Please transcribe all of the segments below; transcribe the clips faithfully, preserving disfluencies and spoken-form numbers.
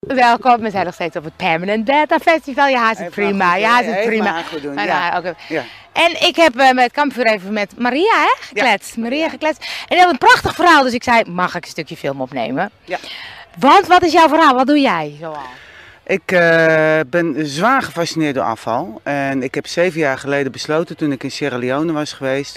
welkom. We zijn nog steeds op het Permanent Data Festival. Ja, is het prima. Ja, is het prima. Doen, maar, ja. nou, okay. Ja. En ik heb uh, met het kampvuur even met Maria hè, gekletst. Ja. Maria ja. gekletst. En die had een prachtig verhaal. Dus ik zei, mag ik een stukje film opnemen? Ja. Want, wat is jouw verhaal? Wat doe jij zoal? Ik uh, ben zwaar gefascineerd door afval. En ik heb zeven jaar geleden besloten, toen ik in Sierra Leone was geweest,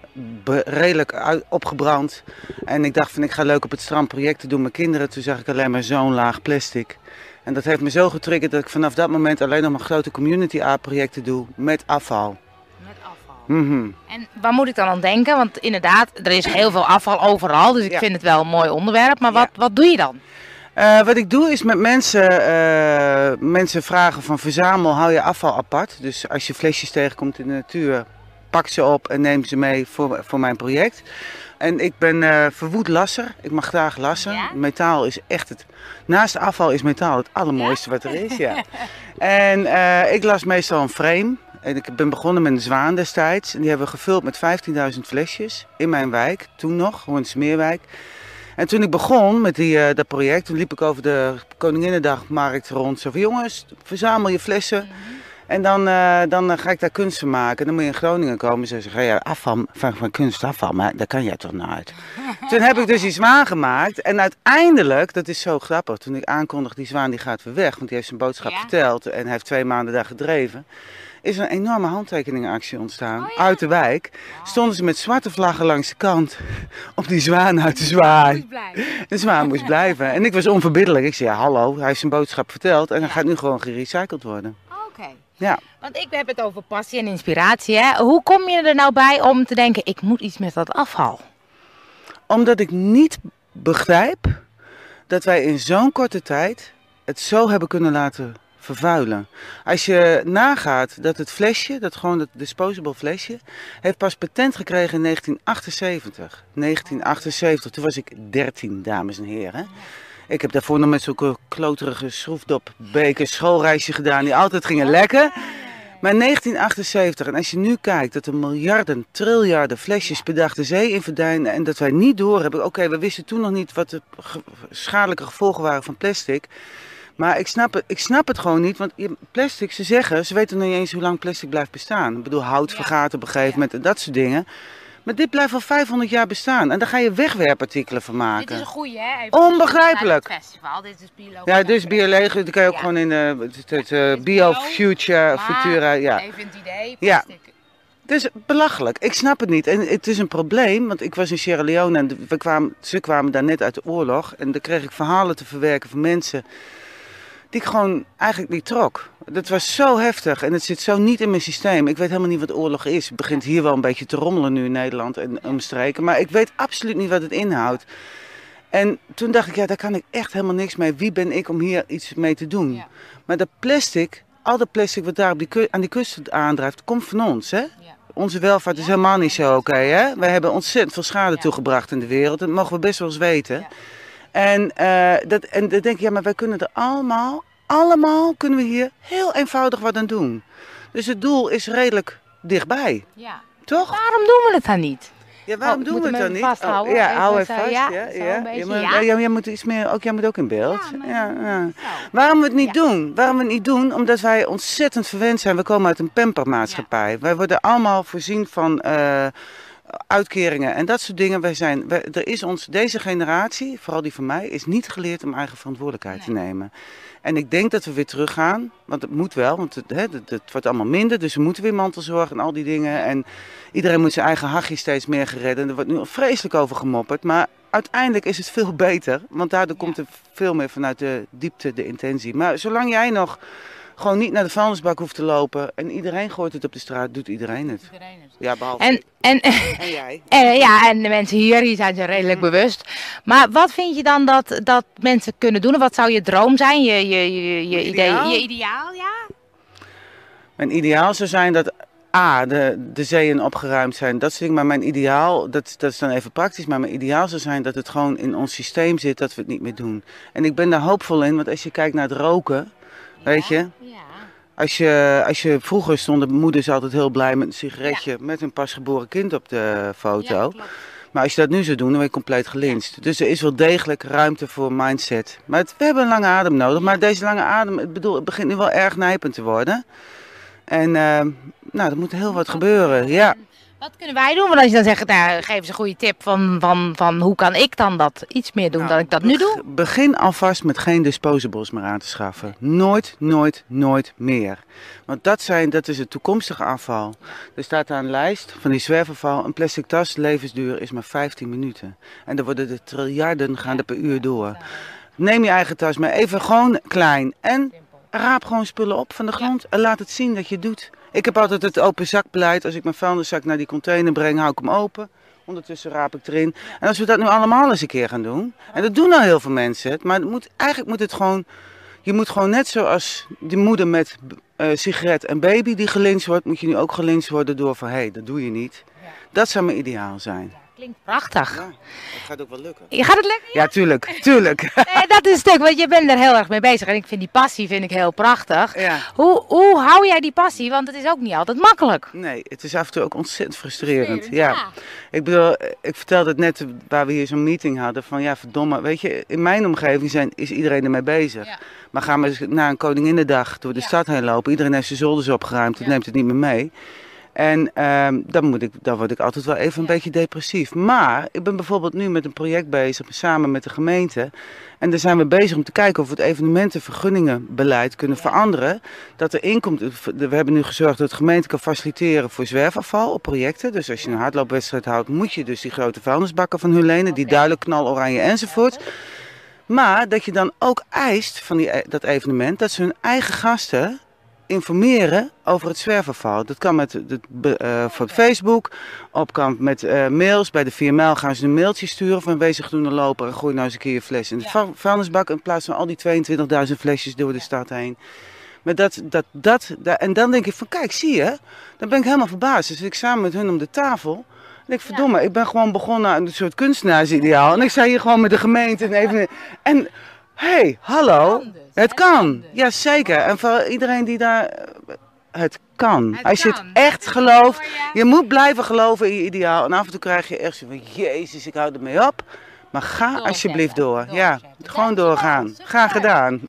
redelijk uit, opgebrand. En ik dacht van, ik ga leuk op het strand projecten doen met kinderen. Toen zag ik alleen maar zo'n laag plastic. En dat heeft me zo getriggerd dat ik vanaf dat moment alleen nog maar grote community art projecten doe met afval. Met afval. Mm-hmm. En waar moet ik dan aan denken? Want inderdaad, er is heel veel afval overal. Dus ik ja. vind het wel een mooi onderwerp. Maar ja. wat, wat doe je dan? Uh, wat ik doe is met mensen, uh, mensen vragen van verzamel, hou je afval apart. Dus als je flesjes tegenkomt in de natuur, pak ze op en neem ze mee voor, voor mijn project. En ik ben uh, verwoed lasser, ik mag graag lassen. Ja? Metaal is echt het, naast afval is metaal het allermooiste ja? wat er is. Ja. En uh, ik las meestal een frame. En ik ben begonnen met een zwaan destijds. En die hebben we gevuld met vijftienduizend flesjes in mijn wijk, toen nog, Hoornsmeerwijk. En toen ik begon met die, uh, dat project, toen liep ik over de Koninginnedagmarkt rond. Zo van, jongens, verzamel je flessen. Mm-hmm. En dan, uh, dan uh, ga ik daar kunst van maken. En dan moet je in Groningen komen. Ze zeggen, ja, afval, van, van kunst afval, maar daar kan jij toch naar uit. Toen heb ik dus die zwaan gemaakt. En uiteindelijk, dat is zo grappig, toen ik aankondig, die zwaan die gaat weer weg. Want die heeft zijn boodschap ja? verteld en hij heeft twee maanden daar gedreven. Is er een enorme handtekeningenactie ontstaan. Oh ja? Uit de wijk. Wow. Stonden ze met zwarte vlaggen langs de kant om die zwaan uit te zwaaien. De zwaan moest blijven. En ik was onverbiddelijk. Ik zei, ja hallo, hij heeft zijn boodschap verteld en hij ja. gaat nu gewoon gerecycled worden. Oké. Okay. Ja. Want ik heb het over passie en inspiratie. Hè? Hoe kom je er nou bij om te denken, ik moet iets met dat afval? Omdat ik niet begrijp dat wij in zo'n korte tijd het zo hebben kunnen laten vervuilen. Als je nagaat dat het flesje, dat gewoon het disposable flesje, heeft pas patent gekregen in negentien achtenzeventig. negentien achtenzeventig, toen was ik dertien, dames en heren. Ik heb daarvoor nog met zulke kloterige schroefdopbekers schoolreisje gedaan die altijd gingen lekken. Maar negentien achtenzeventig, en als je nu kijkt dat er miljarden, triljarden flesjes per dag de zee in verdwijnen en dat wij niet doorhebben, oké, okay, we wisten toen nog niet wat de ge schadelijke gevolgen waren van plastic. Maar ik snap, het, ik snap het gewoon niet, want plastic, ze zeggen, ze weten nog niet eens hoe lang plastic blijft bestaan. Ik bedoel, hout vergaat op een gegeven moment en dat soort dingen. Maar dit blijft al vijfhonderd jaar bestaan en daar ga je wegwerpartikelen van maken. Dit is een goeie, hè? Even onbegrijpelijk. Het festival. Dit is biologisch. Ja, dit is biologisch. Dat kan je ook ja. gewoon in uh, het, het uh, Bio Future, Futura. Ja. Even het idee. Ja. Het is belachelijk. Ik snap het niet. En het is een probleem, want ik was in Sierra Leone en we kwamen, ze kwamen daar net uit de oorlog. En dan kreeg ik verhalen te verwerken van mensen die ik gewoon eigenlijk niet trok. Dat was zo heftig en het zit zo niet in mijn systeem. Ik weet helemaal niet wat oorlog is. Het begint hier wel een beetje te rommelen nu in Nederland en omstreken. Maar ik weet absoluut niet wat het inhoudt. En toen dacht ik, ja, daar kan ik echt helemaal niks mee. Wie ben ik om hier iets mee te doen? Ja. Maar dat plastic, al dat plastic wat daar op die, aan die kust aandrijft, komt van ons, hè? Ja. Onze welvaart is helemaal niet zo oké, okay, hè? Wij hebben ontzettend veel schade ja. toegebracht in de wereld. Dat mogen we best wel eens weten. Ja. En, uh, dat, en dan denk ik, ja, maar wij kunnen er allemaal, allemaal kunnen we hier heel eenvoudig wat aan doen. Dus het doel is redelijk dichtbij. Ja. Toch? Waarom doen we het dan niet? Ja, waarom oh, doen we het dan niet? Vasthouden? Oh, ja, even hou zo, even vast. Ja, ja, ja, ja. Beetje, ja, ja. ja. Jij moet iets meer, ook jij moet ook in beeld. Ja, maar, ja, ja. Waarom we het niet ja. doen? Waarom we het niet doen? Omdat wij ontzettend verwend zijn. We komen uit een pampermaatschappij. Ja. Wij worden allemaal voorzien van uh, uitkeringen en dat soort dingen. Wij zijn, wij, er is ons, deze generatie, vooral die van mij, is niet geleerd om eigen verantwoordelijkheid nee. te nemen. En ik denk dat we weer teruggaan, want het moet wel, want het, hè, het, het wordt allemaal minder. Dus we moeten weer mantelzorg en al die dingen. En iedereen moet zijn eigen hachje steeds meer geredden. Er wordt nu vreselijk over gemopperd, maar uiteindelijk is het veel beter. Want daardoor ja. komt er veel meer vanuit de diepte de intentie. Maar zolang jij nog gewoon niet naar de vuilnisbak hoeft te lopen en iedereen gooit het op de straat, doet iedereen het. Iedereen het. Ja, behalve en, en, en jij. En, ja, en de mensen hier, hier zijn ze redelijk mm. bewust. Maar wat vind je dan dat, dat mensen kunnen doen? Wat zou je droom zijn? Je, je, je, je, ideaal? idee, je ideaal, ja? Mijn ideaal zou zijn dat A, de, de zeeën opgeruimd zijn, dat soort dingen. Maar mijn ideaal, dat, dat is dan even praktisch, maar mijn ideaal zou zijn dat het gewoon in ons systeem zit, dat we het niet meer doen. En ik ben daar hoopvol in, want als je kijkt naar het roken, ja, weet je, ja. als je, als je vroeger stonden moeders altijd heel blij met een sigaretje, ja. met een pasgeboren kind op de foto. Ja, Maar als je dat nu zou doen, dan word je compleet gelinst. Dus er is wel degelijk ruimte voor mindset. Maar het, we hebben een lange adem nodig. Maar deze lange adem, ik bedoel, het begint nu wel erg nijpend te worden. En uh, nou, er moet heel wat gebeuren. Ja. Wat kunnen wij doen? Want als je dan zegt, nou, geef eens een goede tip van, van, van hoe kan ik dan dat iets meer doen nou, dan ik dat nu doe? Begin alvast met geen disposables meer aan te schaffen. Nooit, nooit, nooit meer. Want dat, zijn, dat is het toekomstige afval. Er staat daar een lijst van die zwerfafval. Een plastic tas levensduur is maar vijftien minuten. En dan worden de triljarden gaan er per uur door. Neem je eigen tas maar even gewoon klein. En raap gewoon spullen op van de grond. En laat het zien dat je het doet. Ik heb altijd het open zakbeleid. Als ik mijn vuilniszak naar die container breng, hou ik hem open. Ondertussen raap ik erin. En als we dat nu allemaal eens een keer gaan doen. En dat doen al heel veel mensen. Maar het moet, eigenlijk moet het gewoon... Je moet gewoon net zoals die moeder met uh, sigaret en baby die gelinst wordt, moet je nu ook gelinst worden door van, hé, hey, dat doe je niet. Ja. Dat zou mijn ideaal zijn. Klinkt prachtig. Ja, het gaat ook wel lukken. Ja, gaat het lukken? Ja, ja tuurlijk, tuurlijk. Nee, dat is het stuk, want je bent er heel erg mee bezig en ik vind die passie vind ik heel prachtig. Ja. Hoe, hoe hou jij die passie? Want het is ook niet altijd makkelijk. Nee, het is af en toe ook ontzettend frustrerend. Ja. ja. Ik bedoel, ik vertelde het net waar we hier zo'n meeting hadden van, ja verdomme, weet je, in mijn omgeving zijn, is iedereen ermee bezig. Ja. Maar gaan we naar een Koninginnedag door de ja. stad heen lopen, iedereen heeft zijn zolders opgeruimd, dat ja. neemt het niet meer mee. En um, dan, moet ik, dan word ik altijd wel even een ja. beetje depressief. Maar ik ben bijvoorbeeld nu met een project bezig, samen met de gemeente. En daar zijn we bezig om te kijken of we het evenementenvergunningenbeleid kunnen ja. veranderen. Dat er inkomt, we hebben nu gezorgd dat de gemeente kan faciliteren voor zwerfafval op projecten. Dus als je een hardloopwedstrijd houdt, moet je dus die grote vuilnisbakken van hun lenen. Die duidelijk knaloranje enzovoort. Maar dat je dan ook eist van die, dat evenement dat ze hun eigen gasten informeren over het zwerfafval. Dat kan met de, uh, voor Facebook, op kan met uh, mails. Bij de vier mijl gaan ze een mailtje sturen van wees zich doen een loper en gooi nou eens een keer je fles in de ja. vuilnisbak in plaats van al die tweeëntwintigduizend flesjes door de stad heen. Maar dat, dat, dat, dat, en dan denk ik van kijk, zie je, dan ben ik helemaal verbaasd. Dus ik samen met hun om de tafel. En ik verdomme, ja. ik ben gewoon begonnen aan een soort kunstenaarsideaal. En ik sta hier gewoon met de gemeente en even. En hé, hey, hallo. Het kan. Dus. Het kan. Ja, zeker. En voor iedereen die daar. Het kan. Het Als je kan. het echt het gelooft. Je. je moet blijven geloven in je ideaal. En af en toe krijg je echt zo van: Jezus, ik hou ermee op. Maar ga alsjeblieft door. door. Ja, gewoon doorgaan. Graag gedaan.